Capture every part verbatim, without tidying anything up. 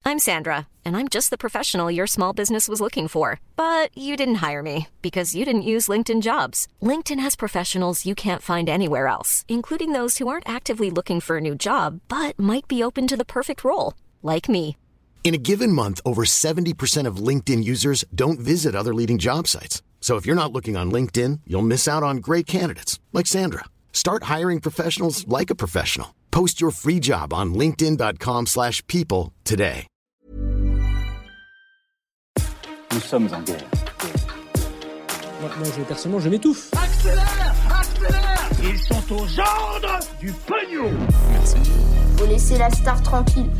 I'm Sandra, and I'm just the professional your small business was looking for. But you didn't hire me because you didn't use LinkedIn Jobs. LinkedIn has professionals you can't find anywhere else, including those who aren't actively looking for a new job, but might be open to the perfect role, like me. In a given month, over seventy percent of LinkedIn users don't visit other leading job sites. So if you're not looking on LinkedIn, you'll miss out on great candidates like Sandra. Start hiring professionals like a professional. Post your free job on linkedin.com slash people today. Nous sommes en guerre. Moi, moi je, personnellement, je m'étouffe. Accélère, accélère. Ils sont aux ordres du pognon. Merci. Faut laisser la star tranquille.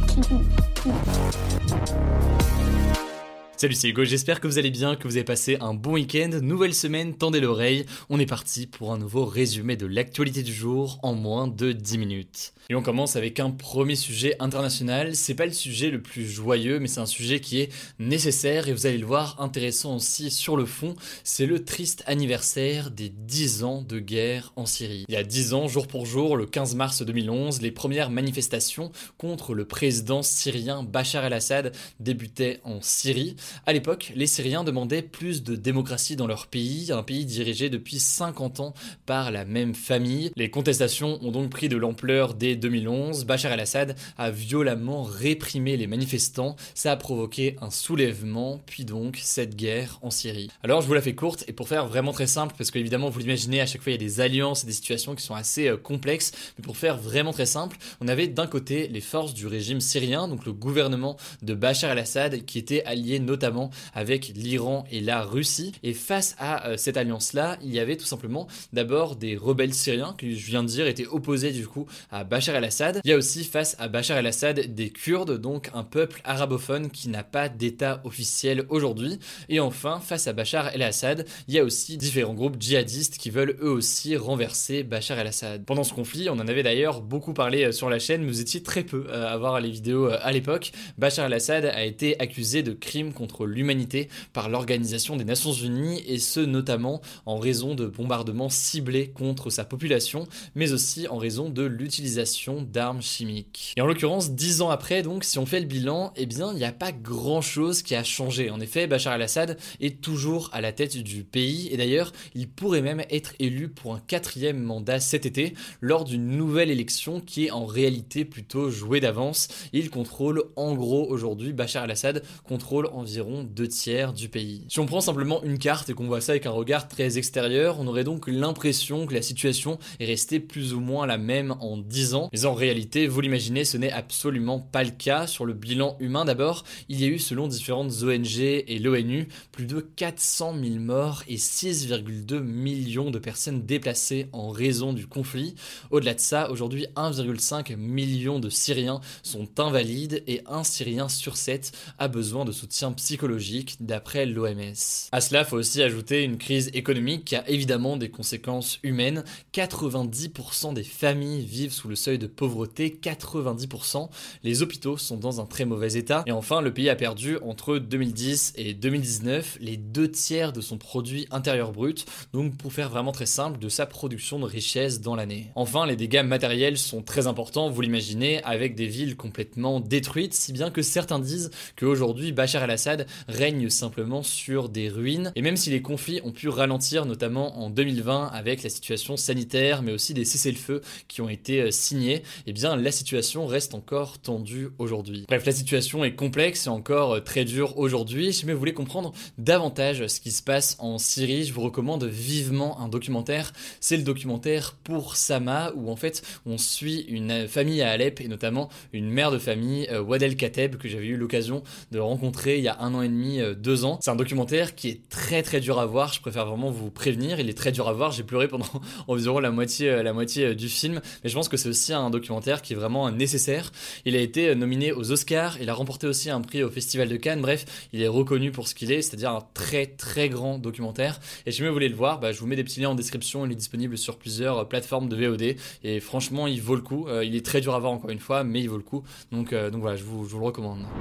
Salut, c'est Hugo, j'espère que vous allez bien, que vous avez passé un bon week-end. Nouvelle semaine, tendez l'oreille. On est parti pour un nouveau résumé de l'actualité du jour en moins de dix minutes. Et on commence avec un premier sujet international. C'est pas le sujet le plus joyeux, mais c'est un sujet qui est nécessaire et vous allez le voir, intéressant aussi sur le fond. C'est le triste anniversaire des dix ans de guerre en Syrie. Il y a dix ans, jour pour jour, le quinze mars deux mille onze, les premières manifestations contre le président syrien Bachar el-Assad débutaient en Syrie. À l'époque, les Syriens demandaient plus de démocratie dans leur pays, un pays dirigé depuis cinquante ans par la même famille. Les contestations ont donc pris de l'ampleur dès deux mille onze. Bachar el-Assad a violemment réprimé les manifestants. Ça a provoqué un soulèvement, puis donc cette guerre en Syrie. Alors je vous la fais courte et pour faire vraiment très simple, parce qu'évidemment vous l'imaginez, à chaque fois il y a des alliances et des situations qui sont assez euh, complexes, mais pour faire vraiment très simple, on avait d'un côté les forces du régime syrien, donc le gouvernement de Bachar el-Assad, qui était allié notamment notamment avec l'Iran et la Russie. Et face à euh, cette alliance-là, il y avait tout simplement d'abord des rebelles syriens, qui je viens de dire étaient opposés du coup à Bachar el-Assad. Il y a aussi face à Bachar el-Assad des Kurdes, donc un peuple arabophone qui n'a pas d'état officiel aujourd'hui. Et enfin, face à Bachar el-Assad, il y a aussi différents groupes djihadistes qui veulent eux aussi renverser Bachar el-Assad. Pendant ce conflit, on en avait d'ailleurs beaucoup parlé sur la chaîne, mais vous étiez très peu à voir les vidéos à l'époque. Bachar el-Assad a été accusé de crimes contre l'humanité par l'Organisation des Nations Unies, et ce notamment en raison de bombardements ciblés contre sa population, mais aussi en raison de l'utilisation d'armes chimiques. Et en l'occurrence, dix ans après, donc, si on fait le bilan, eh bien, il n'y a pas grand-chose qui a changé. En effet, Bachar el-Assad est toujours à la tête du pays, et d'ailleurs, il pourrait même être élu pour un quatrième mandat cet été, lors d'une nouvelle élection qui est en réalité plutôt jouée d'avance. Il contrôle, en gros, aujourd'hui, Bachar el-Assad contrôle environ deux tiers du pays. Si on prend simplement une carte et qu'on voit ça avec un regard très extérieur, on aurait donc l'impression que la situation est restée plus ou moins la même en dix ans. Mais en réalité, vous l'imaginez, ce n'est absolument pas le cas. Sur le bilan humain d'abord, il y a eu, selon différentes O N G et l'ONU, plus de quatre cent mille morts et six virgule deux millions de personnes déplacées en raison du conflit. Au-delà de ça, aujourd'hui, un virgule cinq million de Syriens sont invalides et un Syrien sur sept a besoin de soutien psychologique d'après l'O M S. À cela, il faut aussi ajouter une crise économique qui a évidemment des conséquences humaines. quatre-vingt-dix pour cent des familles vivent sous le seuil de pauvreté, quatre-vingt-dix pour cent. Les hôpitaux sont dans un très mauvais état. Et enfin, le pays a perdu entre deux mille dix et deux mille dix-neuf les deux tiers de son produit intérieur brut, donc pour faire vraiment très simple, de sa production de richesse dans l'année. Enfin, les dégâts matériels sont très importants, vous l'imaginez, avec des villes complètement détruites, si bien que certains disent qu'aujourd'hui, Bachar el-Assad règne simplement sur des ruines. Et même si les conflits ont pu ralentir, notamment en deux mille vingt avec la situation sanitaire, mais aussi des cessez-le-feu qui ont été signés, eh bien la situation reste encore tendue aujourd'hui. Bref, la situation est complexe et encore très dure aujourd'hui. Si vous voulez comprendre davantage ce qui se passe en Syrie, je vous recommande vivement un documentaire. C'est le documentaire Pour Sama, où en fait on suit une famille à Alep et notamment une mère de famille, Wad el-Kateb, que j'avais eu l'occasion de rencontrer il y a un an et demi, deux ans. C'est un documentaire qui est très très dur à voir, je préfère vraiment vous prévenir, il est très dur à voir, j'ai pleuré pendant environ la moitié, la moitié du film, mais je pense que c'est aussi un documentaire qui est vraiment nécessaire. Il a été nominé aux Oscars, il a remporté aussi un prix au Festival de Cannes, bref, il est reconnu pour ce qu'il est, c'est-à-dire un très très grand documentaire, et si vous voulez le voir, bah, je vous mets des petits liens en description, il est disponible sur plusieurs plateformes de V O D, et franchement il vaut le coup, euh, il est très dur à voir encore une fois, mais il vaut le coup, donc, euh, donc voilà, je vous, je vous le recommande.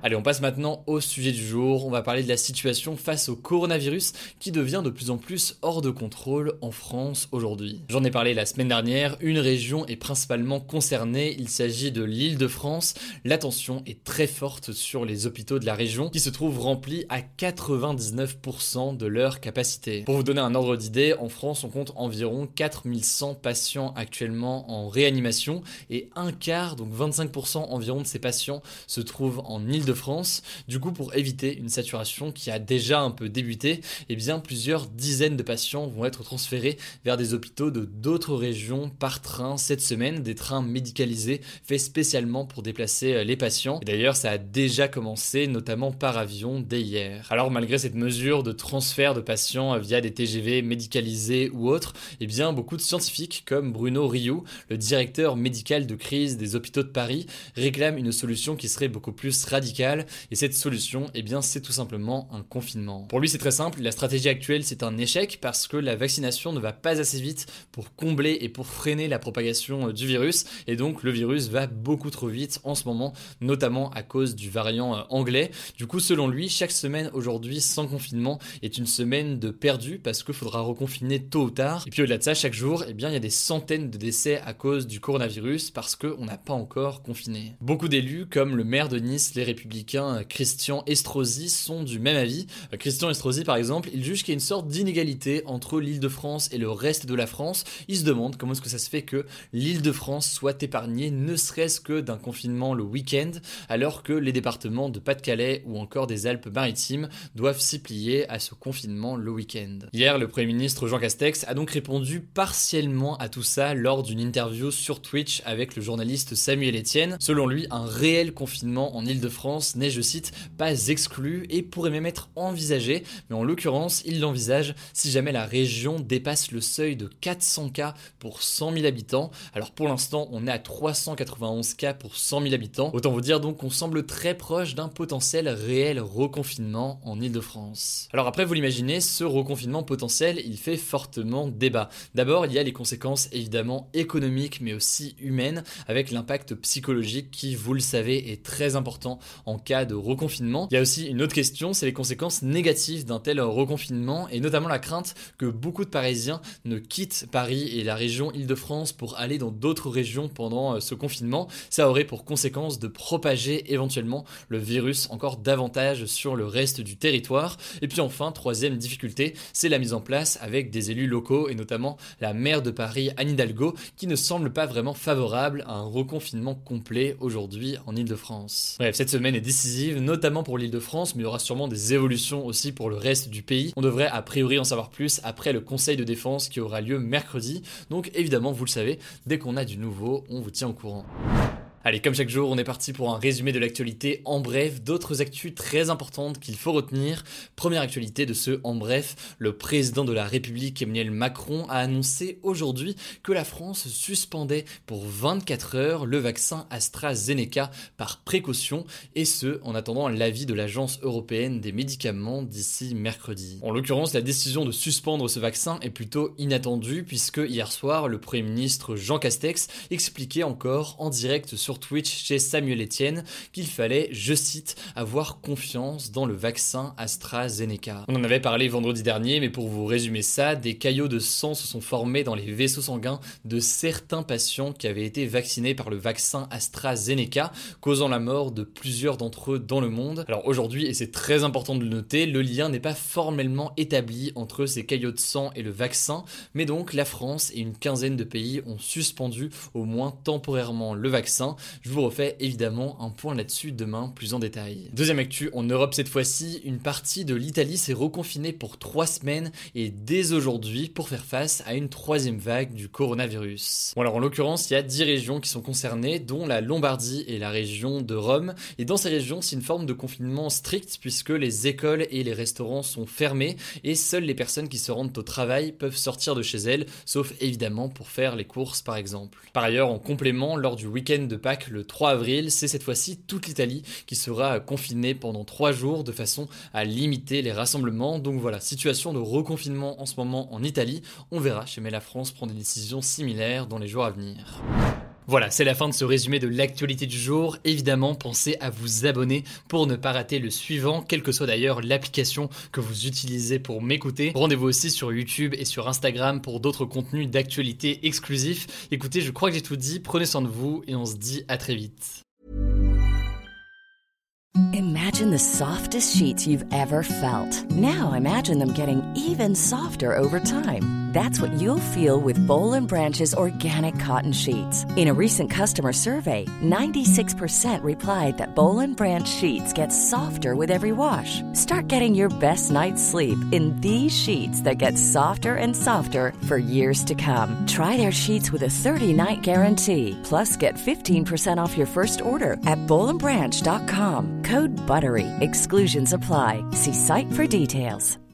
Allez, on passe maintenant au sujet du jour. On va parler de la situation face au coronavirus qui devient de plus en plus hors de contrôle en France aujourd'hui. J'en ai parlé la semaine dernière, une région est principalement concernée, il s'agit de l'Île-de-France. La tension est très forte sur les hôpitaux de la région qui se trouvent remplis à quatre-vingt-dix-neuf pour cent de leur capacité. Pour vous donner un ordre d'idée, en France on compte environ quatre mille cent patients actuellement en réanimation et un quart, donc vingt-cinq pour cent environ de ces patients se trouvent en Île-de-France. Du coup, pour éviter une saturation qui a déjà un peu débuté, eh bien plusieurs dizaines de patients vont être transférés vers des hôpitaux de d'autres régions par train cette semaine, des trains médicalisés faits spécialement pour déplacer les patients. Et d'ailleurs, ça a déjà commencé, notamment par avion dès hier. Alors malgré cette mesure de transfert de patients via des T G V médicalisés ou autres, eh bien beaucoup de scientifiques comme Bruno Rioux, le directeur médical de crise des hôpitaux de Paris, réclament une solution qui serait beaucoup plus radicale. Et cette solution, eh bien c'est tout simplement un confinement. Pour lui, c'est très simple, la stratégie actuelle c'est un échec parce que la vaccination ne va pas assez vite pour combler et pour freiner la propagation du virus. Et donc le virus va beaucoup trop vite en ce moment, notamment à cause du variant anglais. Du coup, selon lui, chaque semaine aujourd'hui sans confinement est une semaine de perdu parce qu'il faudra reconfiner tôt ou tard. Et puis au-delà de ça, chaque jour, eh bien, il y a des centaines de décès à cause du coronavirus parce qu'on n'a pas encore confiné. Beaucoup d'élus, comme le maire de Nice, les Républicains, Christian Estrosi, sont du même avis. Christian Estrosi, par exemple, il juge qu'il y a une sorte d'inégalité entre l'Île-de-France et le reste de la France. Il se demande comment est-ce que ça se fait que l'Île-de-France soit épargnée, ne serait-ce que d'un confinement le week-end, alors que les départements de Pas-de-Calais ou encore des Alpes-Maritimes doivent s'y plier à ce confinement le week-end. Hier, le Premier ministre Jean Castex a donc répondu partiellement à tout ça lors d'une interview sur Twitch avec le journaliste Samuel Etienne. Selon lui, un réel confinement en Île-de-France n'est, je cite, pas exclu et pourrait même être envisagé, mais en l'occurrence, il l'envisage si jamais la région dépasse le seuil de quatre cents cas pour cent mille habitants. Alors pour l'instant, on est à trois cent quatre-vingt-onze cas pour cent mille habitants. Autant vous dire donc qu'on semble très proche d'un potentiel réel reconfinement en Île-de-France. Alors après, vous l'imaginez, ce reconfinement potentiel, il fait fortement débat. D'abord, il y a les conséquences évidemment économiques mais aussi humaines avec l'impact psychologique qui, vous le savez, est très important en cas de reconfinement. Il y a aussi une autre question, c'est les conséquences négatives d'un tel reconfinement et notamment la crainte que beaucoup de Parisiens ne quittent Paris et la région Île-de-France pour aller dans d'autres régions pendant ce confinement. Ça aurait pour conséquence de propager éventuellement le virus encore davantage sur le reste du territoire. Et puis enfin, troisième difficulté, c'est la mise en place avec des élus locaux et notamment la maire de Paris, Anne Hidalgo, qui ne semble pas vraiment favorable à un reconfinement complet aujourd'hui en Île-de-France. Bref, cette semaine est décisive, notamment pour l'Île-de-France, mais il y aura sûrement des évolutions aussi pour le reste du pays. On devrait a priori en savoir plus après le Conseil de défense qui aura lieu mercredi. Donc évidemment, vous le savez, dès qu'on a du nouveau, on vous tient au courant. Allez, comme chaque jour, on est parti pour un résumé de l'actualité en bref, d'autres actus très importantes qu'il faut retenir. Première actualité de ce en bref, le président de la République Emmanuel Macron a annoncé aujourd'hui que la France suspendait pour vingt-quatre heures le vaccin AstraZeneca par précaution et ce, en attendant l'avis de l'Agence européenne des médicaments d'ici mercredi. En l'occurrence, la décision de suspendre ce vaccin est plutôt inattendue puisque hier soir, le Premier ministre Jean Castex expliquait encore en direct sur Twitch chez Samuel Etienne qu'il fallait, je cite, avoir confiance dans le vaccin AstraZeneca. On en avait parlé vendredi dernier, mais pour vous résumer ça, des caillots de sang se sont formés dans les vaisseaux sanguins de certains patients qui avaient été vaccinés par le vaccin AstraZeneca, causant la mort de plusieurs d'entre eux dans le monde. Alors aujourd'hui, et c'est très important de le noter, le lien n'est pas formellement établi entre ces caillots de sang et le vaccin, mais donc la France et une quinzaine de pays ont suspendu au moins temporairement le vaccin. Je vous refais évidemment un point là-dessus demain plus en détail. Deuxième actu, en Europe cette fois-ci, une partie de l'Italie s'est reconfinée pour trois semaines et dès aujourd'hui pour faire face à une troisième vague du coronavirus. Bon alors en l'occurrence, il y a dix régions qui sont concernées, dont la Lombardie et la région de Rome. Et dans ces régions, c'est une forme de confinement strict puisque les écoles et les restaurants sont fermés et seules les personnes qui se rendent au travail peuvent sortir de chez elles, sauf évidemment pour faire les courses par exemple. Par ailleurs, en complément, lors du week-end de Pâques, le trois avril, c'est cette fois-ci toute l'Italie qui sera confinée pendant trois jours de façon à limiter les rassemblements. Donc voilà, situation de reconfinement en ce moment en Italie. On verra chez Mais la France prendre des décisions similaires dans les jours à venir. Voilà, c'est la fin de ce résumé de l'actualité du jour. Évidemment, pensez à vous abonner pour ne pas rater le suivant, quelle que soit d'ailleurs l'application que vous utilisez pour m'écouter. Rendez-vous aussi sur YouTube et sur Instagram pour d'autres contenus d'actualité exclusifs. Écoutez, je crois que j'ai tout dit, prenez soin de vous et on se dit à très vite. Imagine the softest sheets you've ever felt. Now imagine them getting even softer over time. That's what you'll feel with Boll and Branch's organic cotton sheets. In a recent customer survey, ninety-six percent replied that Boll and Branch sheets get softer with every wash. Start getting your best night's sleep in these sheets that get softer and softer for years to come. Try their sheets with a thirty-night guarantee. Plus, get fifteen percent off your first order at boll and branch dot com. Code BUTTERY. Exclusions apply. See site for details.